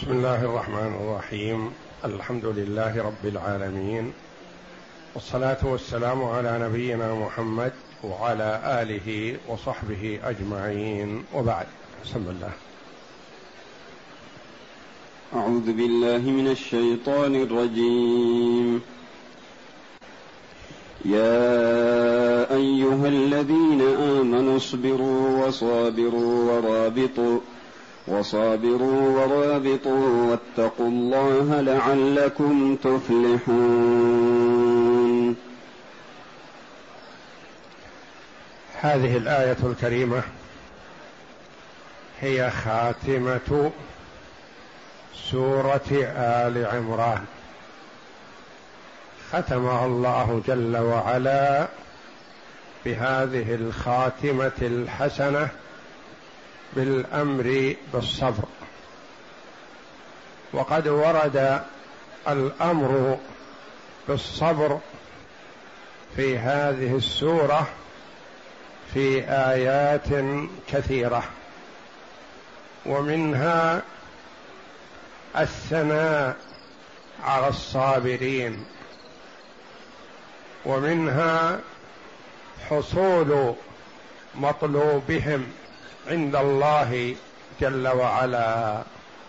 بسم الله الرحمن الرحيم. الحمد لله رب العالمين، والصلاة والسلام على نبينا محمد وعلى آله وصحبه أجمعين، وبعد. بسم الله. أعوذ بالله من الشيطان الرجيم. يا أيها الذين آمنوا اصبروا وصابروا ورابطوا واتقوا الله لعلكم تفلحون. هذه الآية الكريمة هي خاتمة سورة آل عمران، ختمها الله جل وعلا بهذه الخاتمة الحسنة بالأمر بالصبر. وقد ورد الأمر بالصبر في هذه السورة في آيات كثيرة، ومنها الثناء على الصابرين، ومنها حصول مطلوبهم عند الله جل وعلا.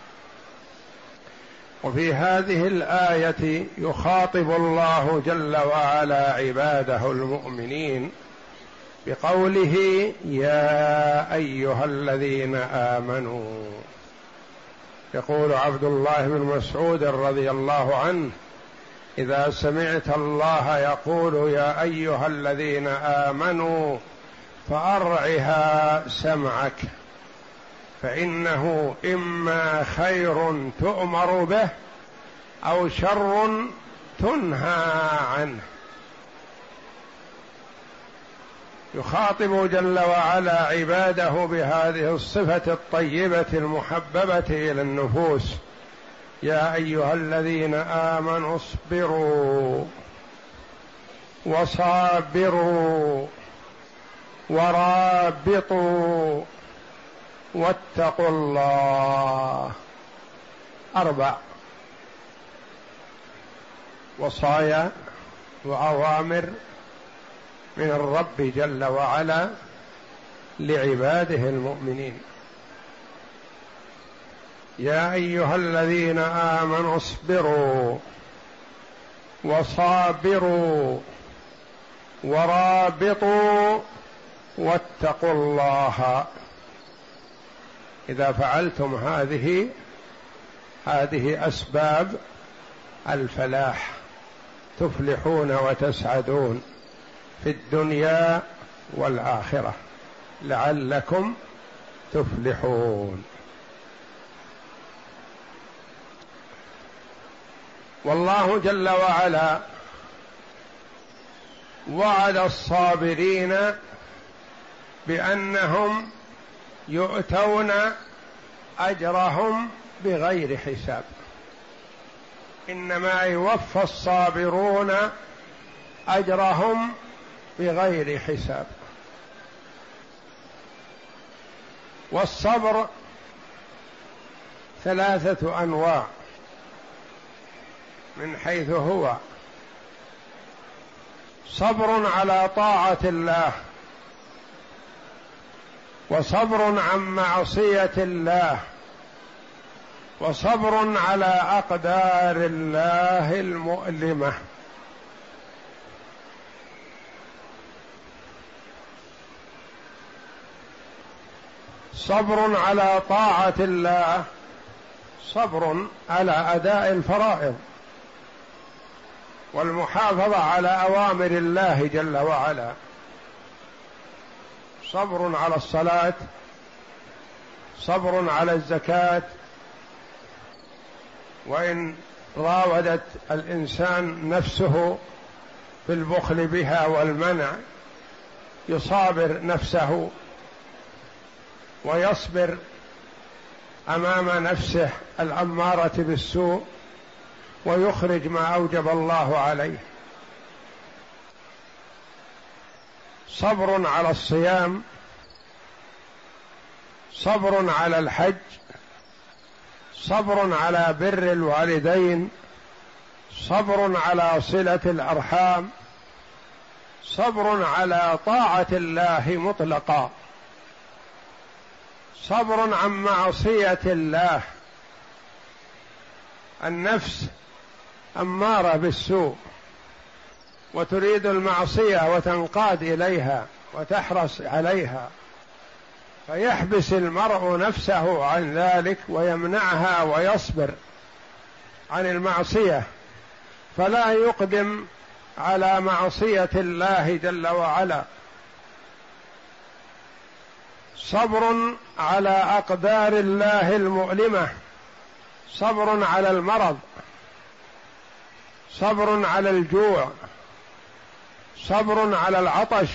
وفي هذه الآية يخاطب الله جل وعلا عباده المؤمنين بقوله: يا أيها الذين آمنوا. يقول عبد الله بن مسعود رضي الله عنه: إذا سمعت الله يقول يا أيها الذين آمنوا فأرعها سمعك، فإنه إما خير تؤمر به أو شر تنهى عنه. يخاطب جل وعلا عباده بهذه الصفة الطيبة المحببة إلى النفوس: يا أيها الذين آمنوا اصبروا وصابروا ورابطوا واتقوا الله. 4 وصايا وأوامر من الرب جل وعلا لعباده المؤمنين. يا أيها الذين آمنوا اصبروا وصابروا ورابطوا واتقوا الله. إذا فعلتم هذه أسباب الفلاح، تفلحون وتسعدون في الدنيا والآخرة لعلكم تفلحون. والله جل وعلا وعد الصابرين بأنهم يؤتون أجرهم بغير حساب، إنما يوفى الصابرون أجرهم بغير حساب. والصبر 3 أنواع من حيث هو: صبر على طاعة الله، وصبر عن معصية الله، وصبر على أقدار الله المؤلمة. صبر على طاعة الله، صبر على أداء الفرائض والمحافظة على أوامر الله جل وعلا. صبر على الصلاة، صبر على الزكاة، وإن راودت الإنسان نفسه في البخل بها والمنع يصابر نفسه ويصبر أمام نفسه الأمارة بالسوء ويخرج ما أوجب الله عليه. صبر على الصيام، صبر على الحج، صبر على بر الوالدين، صبر على صلة الأرحام، صبر على طاعة الله مطلقا، صبر عن معصية الله. النفس أمارة بالسوء وتريد المعصية وتنقاد إليها وتحرص عليها، فيحبس المرء نفسه عن ذلك ويمنعها ويصبر عن المعصية، فلا يقدم على معصية الله جل وعلا. صبر على أقدار الله المؤلمة، صبر على المرض، صبر على الجوع، صبر على العطش،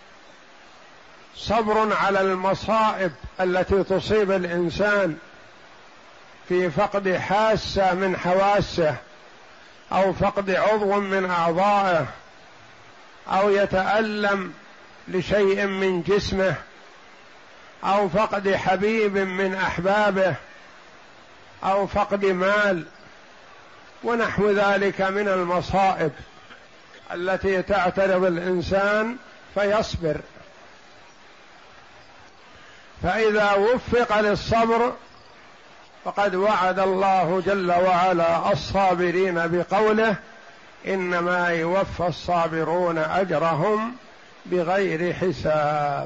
صبر على المصائب التي تصيب الإنسان في فقد حاسة من حواسه أو فقد عضو من أعضائه أو يتألم لشيء من جسمه أو فقد حبيب من أحبابه أو فقد مال ونحو ذلك من المصائب التي تعترض الإنسان فيصبر. فإذا وفق للصبر فقد وعد الله جل وعلا الصابرين بقوله: إنما يوفى الصابرون أجرهم بغير حساب.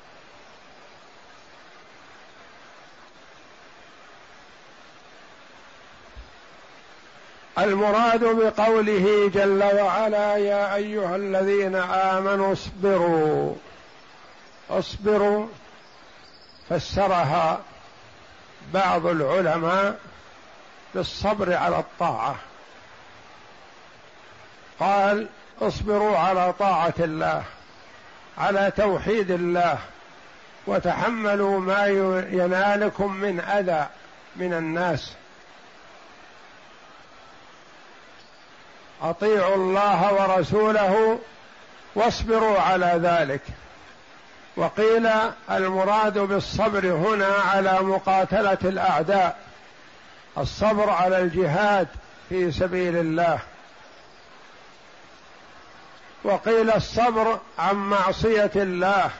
المراد بقوله جل وعلا: يا أيها الذين آمنوا اصبروا، اصبروا فسرها بعض العلماء بالصبر على الطاعة، قال: اصبروا على طاعة الله، على توحيد الله، وتحملوا ما ينالكم من أذى من الناس، أطيعوا الله ورسوله واصبروا على ذلك. وقيل المراد بالصبر هنا على مقاتلة الأعداء، الصبر على الجهاد في سبيل الله. وقيل الصبر عن معصية الله،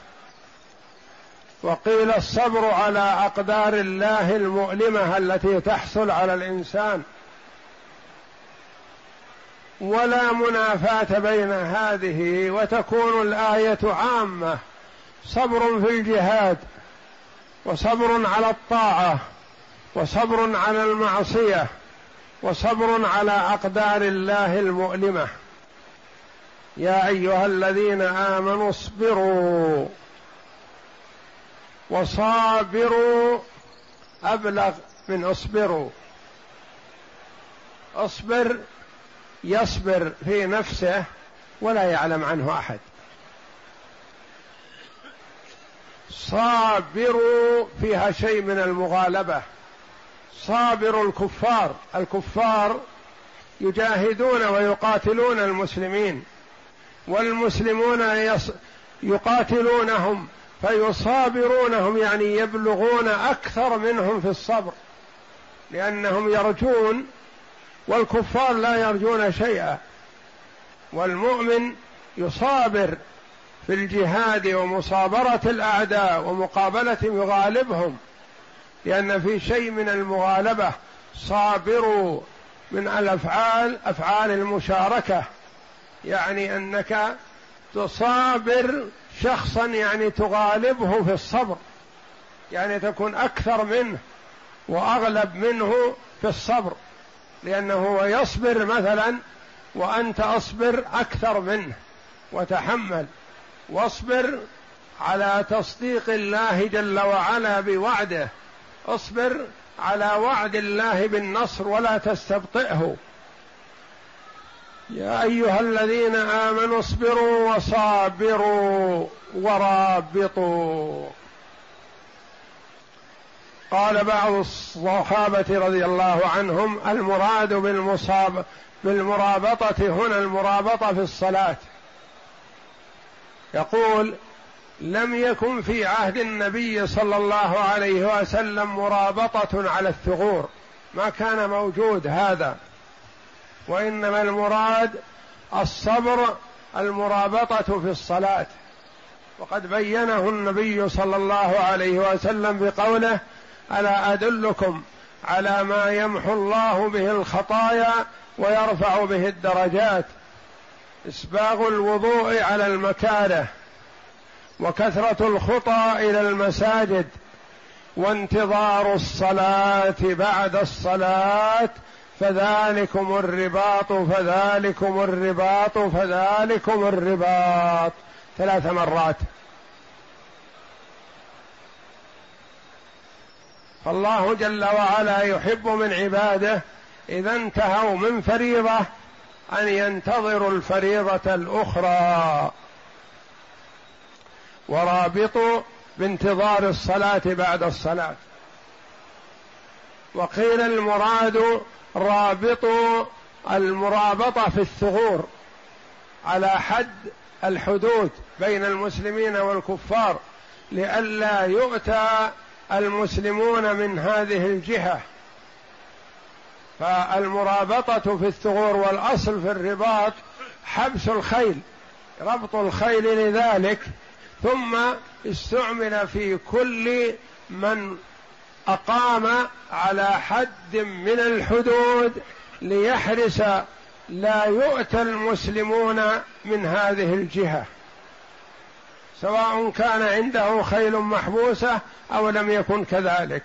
وقيل الصبر على أقدار الله المؤلمة التي تحصل على الإنسان. ولا منافاة بين هذه، وتكون الآية عامة: صبر في الجهاد، وصبر على الطاعة، وصبر على المعصية، وصبر على أقدار الله المؤلمة. يا أيها الذين آمنوا اصبروا، وصابروا أبلغ من اصبروا. اصبر يصبر في نفسه ولا يعلم عنه أحد، صابروا فيها شيء من المغالبة. صابر الكفار، الكفار يجاهدون ويقاتلون المسلمين، والمسلمون يقاتلونهم فيصابرونهم، يعني يبلغون أكثر منهم في الصبر، لأنهم يرجون والكفار لا يرجون شيئا. والمؤمن يصابر في الجهاد ومصابرة الأعداء ومقابلتهم، يغالبهم، لأن في شيء من المغالبة. صابروا من الأفعال أفعال المشاركة، يعني أنك تصابر شخصا، يعني تغالبه في الصبر، يعني تكون أكثر منه وأغلب منه في الصبر، لأنه هو يصبر مثلا وأنت أصبر أكثر منه وتحمل. واصبر على تصديق الله جل وعلا بوعده، اصبر على وعد الله بالنصر ولا تستبطئه. يا أيها الذين آمنوا اصبروا وصابروا ورابطوا. قال بعض الصحابة رضي الله عنهم: المراد بالمرابطة هنا المرابطة في الصلاة. يقول: لم يكن في عهد النبي صلى الله عليه وسلم مرابطة على الثغور، ما كان موجود هذا، وإنما المراد الصبر، المرابطة في الصلاة. وقد بينه النبي صلى الله عليه وسلم بقوله: ألا أدلكم على ما يمحو الله به الخطايا ويرفع به الدرجات؟ إسباغ الوضوء على المكاره، وكثرة الخطى إلى المساجد، وانتظار الصلاة بعد الصلاة، فذلكم الرباط فذلكم الرباط فذلكم الرباط 3 مرات. فالله جل وعلا يحب من عباده إذا انتهوا من فريضة أن ينتظروا الفريضة الأخرى. ورابطوا بانتظار الصلاة بعد الصلاة. وقيل المراد رابطوا المرابطة في الثغور على حد الحدود بين المسلمين والكفار، لئلا يؤتى المسلمون من هذه الجهة. فالمرابطة في الثغور، والأصل في الرباط حبس الخيل، ربط الخيل لذلك، ثم استعمل في كل من أقام على حد من الحدود ليحرس لا يؤتى المسلمون من هذه الجهة، سواء كان عنده خيل محبوسة أو لم يكن كذلك.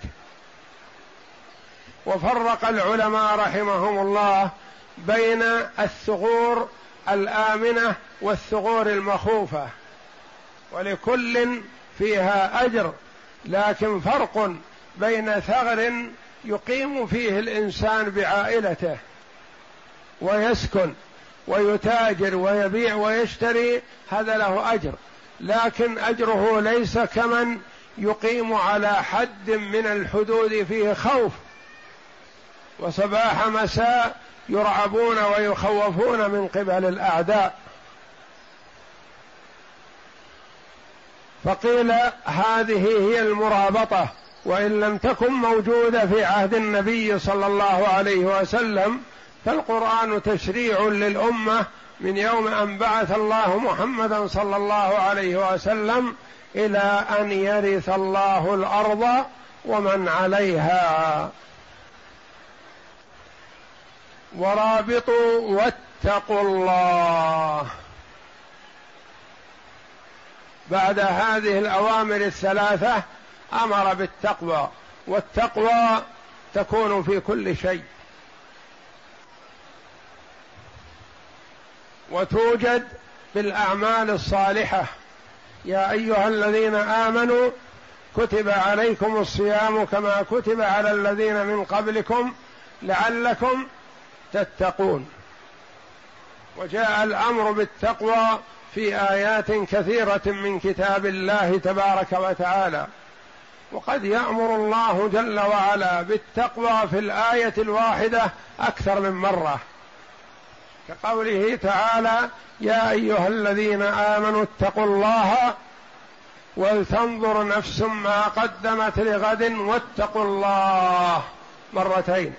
وفرق العلماء رحمهم الله بين الثغور الآمنة والثغور المخوفة، ولكل فيها أجر، لكن فرق بين ثغر يقيم فيه الإنسان بعائلته ويسكن ويتاجر ويبيع ويشتري، هذا له أجر، لكن أجره ليس كمن يقيم على حد من الحدود فيه خوف، وصباح مساء يرعبون ويخوفون من قبل الأعداء. فقيل هذه هي المرابطة، وإن لم تكن موجودة في عهد النبي صلى الله عليه وسلم، فالقرآن تشريع للأمة من يوم أن بعث الله محمدا صلى الله عليه وسلم إلى أن يرث الله الأرض ومن عليها. ورابطوا واتقوا الله. بعد هذه الأوامر الثلاثة أمر بالتقوى، والتقوى تكون في كل شيء، وتوجد بالأعمال الصالحة. يا أيها الذين آمنوا كتب عليكم الصيام كما كتب على الذين من قبلكم لعلكم تتقون. وجاء الأمر بالتقوى في آيات كثيرة من كتاب الله تبارك وتعالى، وقد يأمر الله جل وعلا بالتقوى في الآية الواحدة أكثر من مرة، كقوله تعالى: يا أيها الذين آمنوا اتقوا الله ولتنظر نفس ما قدمت لغد واتقوا الله مرتين.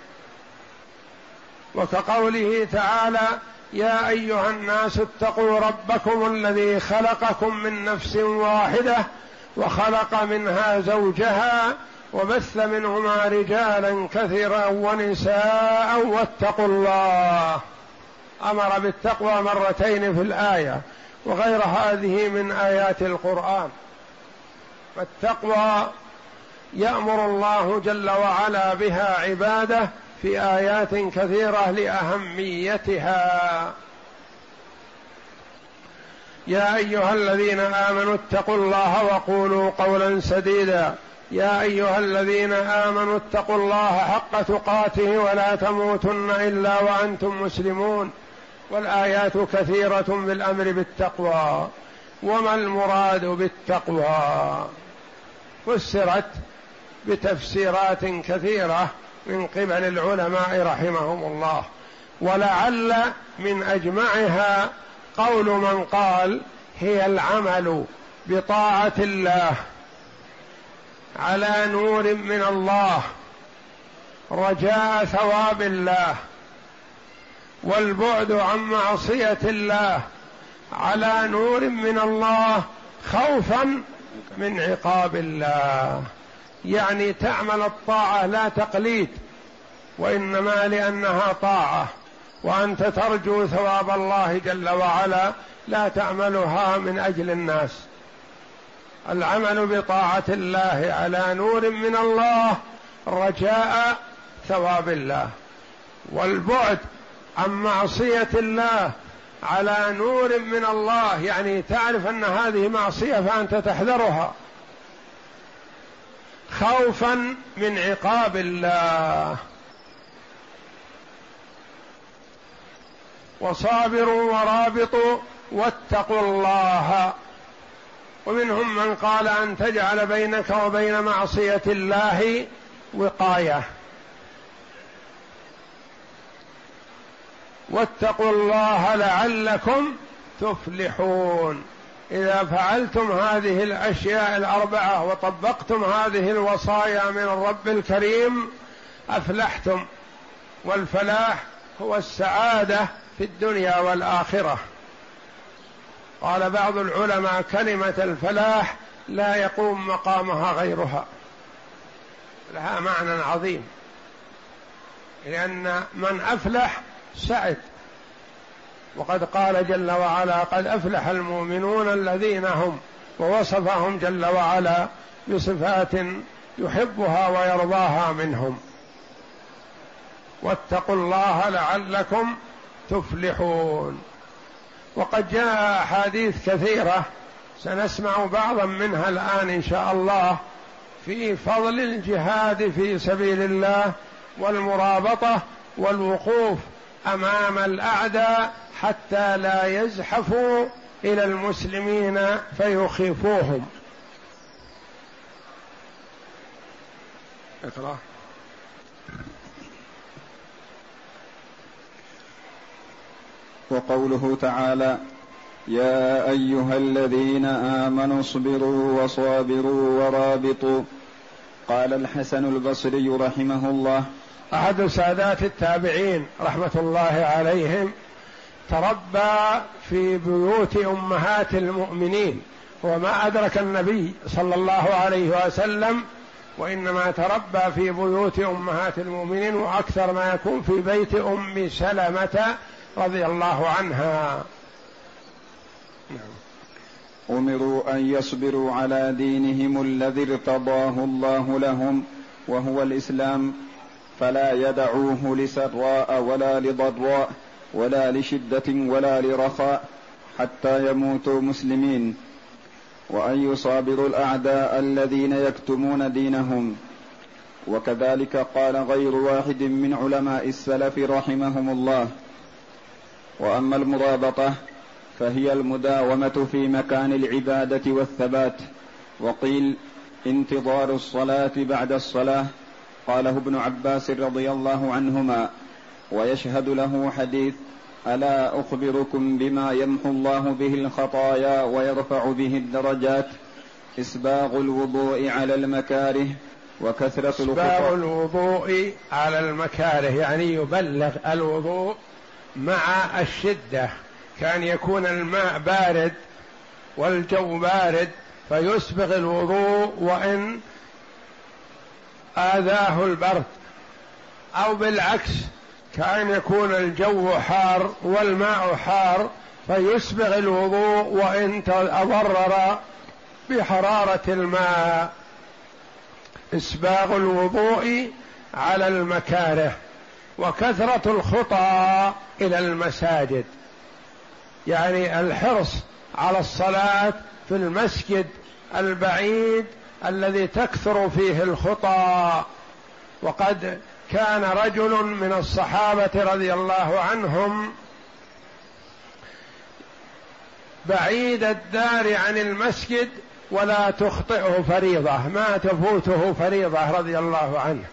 وكقوله تعالى: يا أيها الناس اتقوا ربكم الذي خلقكم من نفس واحدة وخلق منها زوجها وبث منهما رجالا كثيرا ونساء واتقوا الله. أمر بالتقوى مرتين في الآية، وغير هذه من آيات القرآن. فالتقوى يأمر الله جل وعلا بها عباده في آيات كثيرة لأهميتها. يا أيها الذين آمنوا اتقوا الله وقولوا قولا سديدا. يا أيها الذين آمنوا اتقوا الله حق تقاته ولا تموتن إلا وأنتم مسلمون. والآيات كثيرة بالأمر بالتقوى. وما المراد بالتقوى؟ فسرت بتفسيرات كثيرة من قبل العلماء رحمهم الله، ولعل من أجمعها قول من قال: هي العمل بطاعة الله على نور من الله رجاء ثواب الله، والبعد عن معصية الله على نور من الله خوفا من عقاب الله. يعني تعمل الطاعة لا تقليد، وإنما لأنها طاعة وأنت ترجو ثواب الله جل وعلا، لا تعملها من أجل الناس. العمل بطاعة الله على نور من الله رجاء ثواب الله، والبعد عن معصية الله على نور من الله، يعني تعرف أن هذه معصية فأنت تحذرها خوفا من عقاب الله. وصابروا ورابطوا واتقوا الله. ومنهم من قال أن تجعل بينك وبين معصية الله وقاية. واتقوا الله لعلكم تفلحون. إذا فعلتم هذه الأشياء الأربعة وطبقتم هذه الوصايا من الرب الكريم أفلحتم، والفلاح هو السعادة في الدنيا والآخرة. قال بعض العلماء كلمة الفلاح لا يقوم مقامها غيرها، لها معنى عظيم، لأن من أفلح سعد. وقد قال جل وعلا قد أفلح المؤمنون الذين هم، ووصفهم جل وعلا بصفات يحبها ويرضاها منهم. واتقوا الله لعلكم تفلحون. وقد جاء أحاديث كثيرة سنسمع بعضا منها الآن إن شاء الله في فضل الجهاد في سبيل الله والمرابطة والوقوف أمام الأعداء حتى لا يزحفوا إلى المسلمين فيخيفوهم. اقرأ. وقوله تعالى: يا أيها الذين آمنوا اصبروا وصابروا ورابطوا. قال الحسن البصري رحمه الله، أحد سادات التابعين رحمة الله عليهم تربى في بيوت أمهات المؤمنين، وما أدرك النبي صلى الله عليه وسلم، وإنما تربى في بيوت أمهات المؤمنين، وأكثر ما يكون في بيت أم سلمة رضي الله عنها. أمروا أن يصبروا على دينهم الذي ارتضاه الله لهم وهو الإسلام، فلا يدعوه لسراء ولا لضراء ولا لشدة ولا لرخاء حتى يموتوا مسلمين، وأن يصابروا الأعداء الذين يكتمون دينهم. وكذلك قال غير واحد من علماء السلف رحمهم الله. وأما المرابطة فهي المداومة في مكان العبادة والثبات. وقيل انتظار الصلاة بعد الصلاة، قاله ابن عباس رضي الله عنهما. ويشهد له حديث: ألا أخبركم بما يمحو الله به الخطايا ويرفع به الدرجات؟ إسباغ الوضوء على المكاره وكثرة إسباغ الوضوء على المكاره، يعني يبلغ الوضوء مع الشدة. كان يكون الماء بارد والجو بارد فيسبغ الوضوء وإن آذاه البرد، أو بالعكس كان يكون الجو حار والماء حار فيسبغ الوضوء وإن تضرر بحرارة الماء. إسباغ الوضوء على المكاره. وكثرة الخطى إلى المساجد، يعني الحرص على الصلاة في المسجد البعيد الذي تكثر فيه الخطى. وقد كان رجل من الصحابة رضي الله عنهم بعيد الدار عن المسجد ولا تخطئه فريضة، ما تفوته فريضة رضي الله عنه،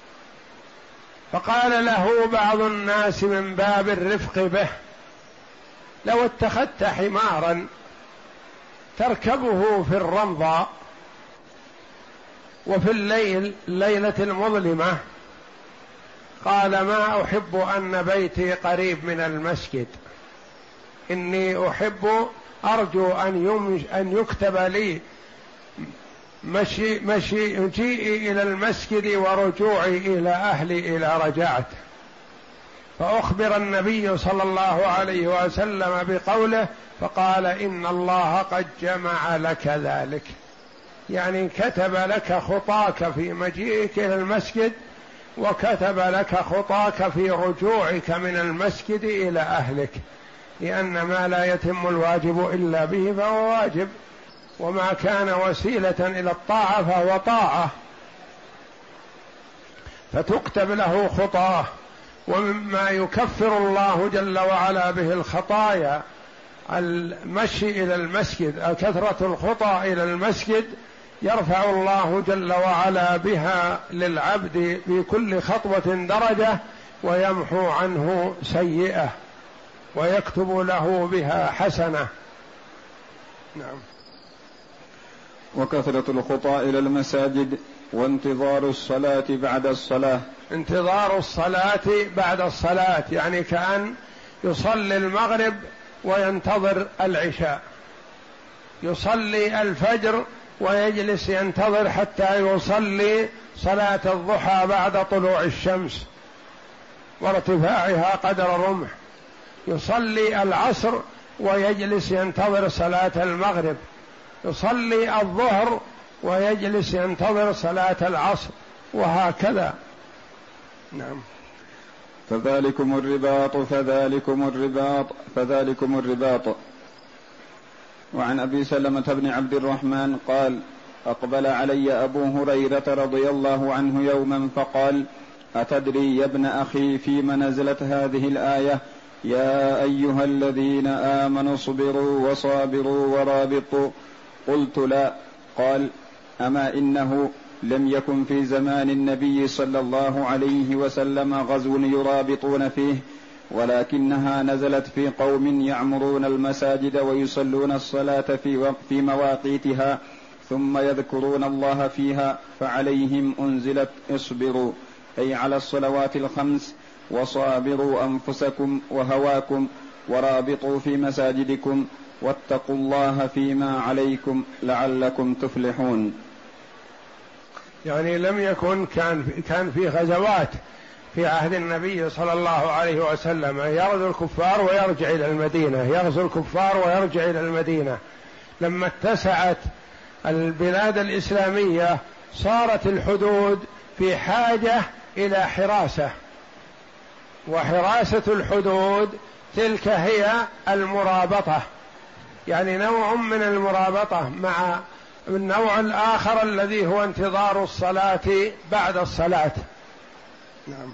فقال له بعض الناس من باب الرفق به: لو اتخذت حمارا تركبه في الرمضاء وفي الليلة المظلمة قال: ما أحب أن بيتي قريب من المسجد، إني أرجو أن يكتب لي مجيئي إلى المسجد ورجوعي إلى أهلي إذا رجعت. فأخبر النبي صلى الله عليه وسلم بقوله، فقال: إن الله قد جمع لك ذلك، يعني كتب لك خطاك في مجيئك إلى المسجد، وكتب لك خطاك في رجوعك من المسجد إلى أهلك، لأن ما لا يتم الواجب إلا به فهو واجب، وما كان وسيلة إلى الطاعة فهو طاعة، فتكتب له خطاه. ومما يكفر الله جل وعلا به الخطايا المشي إلى المسجد، كثرة الخطى إلى المسجد يرفع الله جل وعلا بها للعبد بكل خطوة درجة، ويمحو عنه سيئة، ويكتب له بها حسنة. نعم. وكثرة الخطى إلى المساجد وانتظار الصلاة بعد الصلاة. انتظار الصلاة بعد الصلاة يعني كأن يصلي المغرب وينتظر العشاء، يصلي الفجر ويجلس ينتظر حتى يصلي صلاة الضحى بعد طلوع الشمس وارتفاعها قدر الرمح، يصلي العصر ويجلس ينتظر صلاة المغرب، يصلي الظهر ويجلس ينتظر صلاة العصر، وهكذا. نعم. فذلكم الرباط. وعن أبي سلمة بن عبد الرحمن قال: أقبل علي أبو هريرة رضي الله عنه يوما فقال: أتدري يا ابن أخي فيما نزلت هذه الآية: يا أيها الذين آمنوا اصبروا وصابروا ورابطوا؟ قلت: لا. قال: أما إنه لم يكن في زمان النبي صلى الله عليه وسلم غزو يرابطون فيه، ولكنها نزلت في قوم يعمرون المساجد ويصلون الصلاة في مواقيتها ثم يذكرون الله فيها، فعليهم أنزلت: اصبروا، أي على الصلوات الخمس، وصابروا أنفسكم وهواكم، ورابطوا في مساجدكم، واتقوا الله فيما عليكم لعلكم تفلحون. يعني لم يكن كان في غزوات في عهد النبي صلى الله عليه وسلم، يغزو الكفار ويرجع إلى المدينة، يغزو الكفار ويرجع إلى المدينة. لما اتسعت البلاد الإسلامية صارت الحدود في حاجة إلى حراسة، وحراسة الحدود تلك هي المرابطة، يعني نوع من المرابطة مع النوع الآخر الذي هو انتظار الصلاة بعد الصلاة. نعم.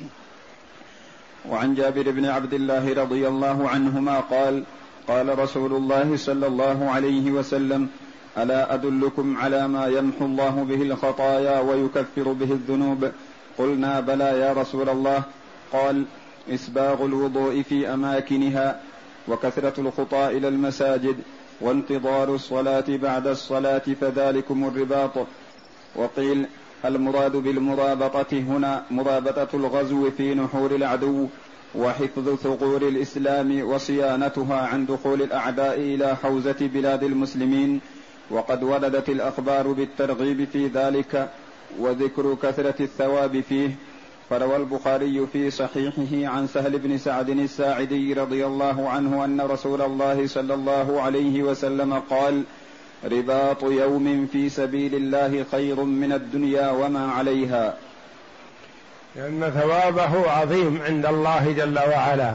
وعن جابر بن عبد الله رضي الله عنهما قال: قال رسول الله صلى الله عليه وسلم: ألا أدلكم على ما يمحو الله به الخطايا ويكفر به الذنوب؟ قلنا: بلى يا رسول الله. قال: إسباغ الوضوء في أماكنها، وكثرة الخطى إلى المساجد، وانتظار الصلاة بعد الصلاة، فذلكم الرباط. وقيل: المراد بالمرابطة هنا مرابطة الغزو في نحور العدو، وحفظ ثغور الإسلام وصيانتها عن دخول الأعداء إلى حوزة بلاد المسلمين. وقد وردت الأخبار بالترغيب في ذلك وذكر كثرة الثواب فيه. فروى البخاري في صحيحه عن سهل بن سعد الساعدي رضي الله عنه أن رسول الله صلى الله عليه وسلم قال: رباط يوم في سبيل الله خير من الدنيا وما عليها، لأن ثوابه عظيم عند الله جل وعلا.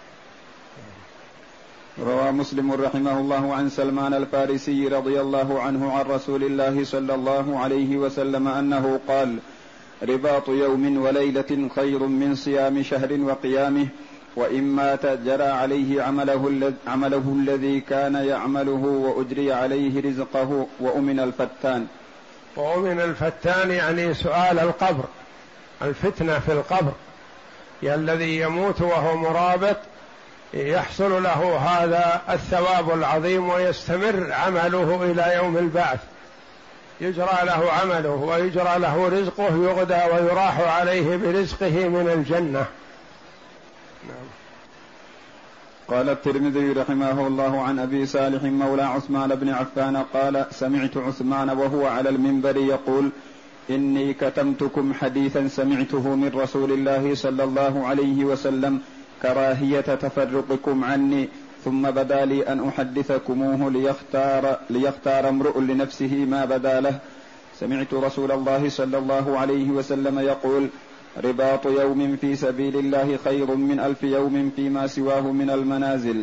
روى مسلم رحمه الله عن سلمان الفارسي رضي الله عنه عن رسول الله صلى الله عليه وسلم أنه قال: رباط يوم وليلة خير من صيام شهر وقيامه، وإن مات جرى عليه عمله الذي كان يعمله، وأجري عليه رزقه، وأمن الفتان. وأمن الفتان يعني سؤال القبر، الفتنة في القبر، الذي يموت وهو مرابط يحصل له هذا الثواب العظيم ويستمر عمله إلى يوم البعث. يجرى له عمله ويجرى له رزقه، يغدى ويراح عليه برزقه من الجنة. نعم. قال الترمذي رحمه الله عن أبي صالح مولى عثمان بن عفان قال: سمعت عثمان وهو على المنبر يقول: إني كتمتكم حديثا سمعته من رسول الله صلى الله عليه وسلم كراهية تفرقكم عني، ثم بدا لي أن أحدثكموه ليختار امرؤ لنفسه ما بدا له. سمعت رسول الله صلى الله عليه وسلم يقول: رباط يوم في سبيل الله خير من 1000 يوم فيما سواه من المنازل.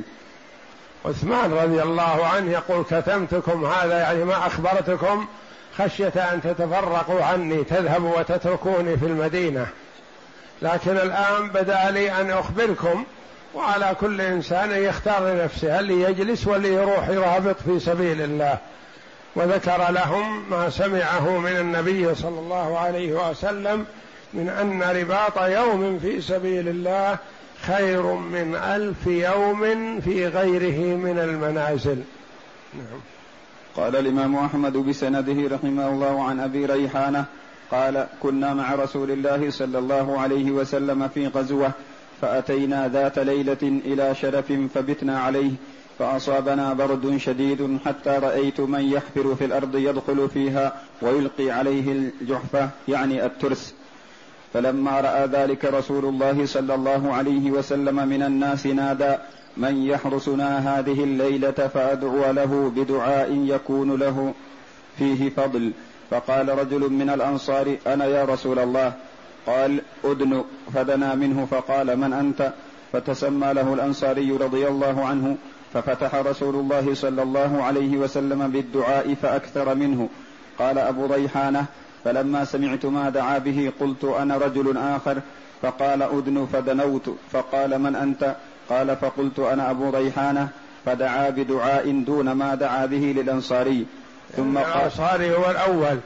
عثمان رضي الله عنه يقول: كتمتكم، هذا يعني ما أخبرتكم خشية أن تتفرقوا عني، تذهبوا وتتركوني في المدينة، لكن الآن بدا لي أن أخبركم، وعلى كل إنسان يختار لنفسه اللي يجلس واللي يروح يرابط في سبيل الله. وذكر لهم ما سمعه من النبي صلى الله عليه وسلم من أن رباط يوم في سبيل الله خير من 1000 يوم في غيره من المنازل. نعم. قال الإمام أحمد بسنده رحمه الله عن أبي ريحانة قال: كنا مع رسول الله صلى الله عليه وسلم في غزوة، فأتينا ذات ليلة إلى شرف فبتنا عليه، فأصابنا برد شديد حتى رأيت من يحفر في الأرض يدخل فيها ويلقي عليه الجحفة يعني الترس. فلما رأى ذلك رسول الله صلى الله عليه وسلم من الناس نادى: من يحرسنا هذه الليلة فأدعو له بدعاء يكون له فيه فضل. فقال رجل من الأنصار: أنا يا رسول الله. قال: أدن. فدنا منه فقال: من أنت؟ فتسمى له الأنصاري رضي الله عنه، ففتح رسول الله صلى الله عليه وسلم بالدعاء فأكثر منه. قال أبو ريحانة: فلما سمعت ما دعا به قلت: أنا رجل آخر. فقال: أدن. فدنوت. فقال: من أنت؟ قال: فقلت: أنا أبو ريحانة. فدعا بدعاء دون ما دعا به للأنصاري. ثم قال: الأنصاري هو الأول.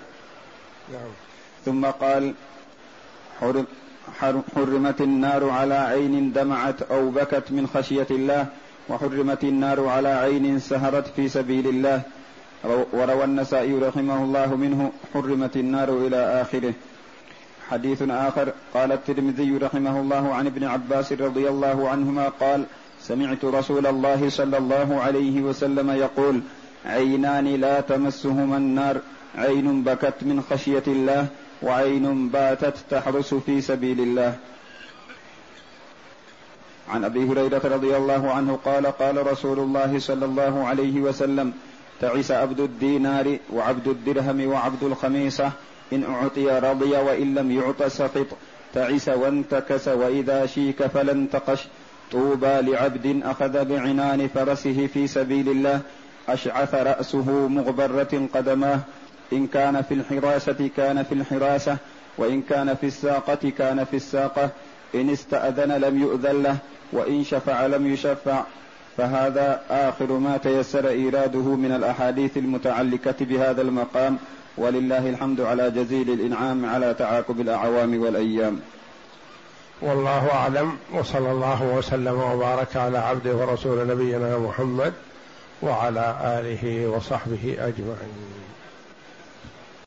ثم قال: حرمت النار على عين دمعت أو بكت من خشية الله، وحرمت النار على عين سهرت في سبيل الله. وروى النسائي رحمه الله منه: حرمت النار إلى آخره. حديث آخر. قال الترمذي رحمه الله عن ابن عباس رضي الله عنهما قال: سمعت رسول الله صلى الله عليه وسلم يقول: عينان لا تمسهما النار، عين بكت من خشية الله، وعين باتت تحرس في سبيل الله. عن أبي هريرة رضي الله عنه قال: قال رسول الله صلى الله عليه وسلم: تعس عبد الدينار وعبد الدرهم وعبد الخميصة، إن أعطي رضي وإن لم يعط سقط. تعس وانتكس وإذا شيك فلانتقش. طوبى لعبد أخذ بعنان فرسه في سبيل الله، أشعث رأسه مغبرة قدماه، إن كان في الحراسة كان في الحراسة، وإن كان في الساقة كان في الساقة، إن استأذن لم يؤذن له، وإن شفع لم يشفع. فهذا آخر ما تيسر إيراده من الأحاديث المتعلقة بهذا المقام، ولله الحمد على جزيل الإنعام على تعاقب الأعوام والأيام. والله أعلم، وصلى الله وسلم وبارك على عبده ورسول نبينا محمد وعلى آله وصحبه أجمعين.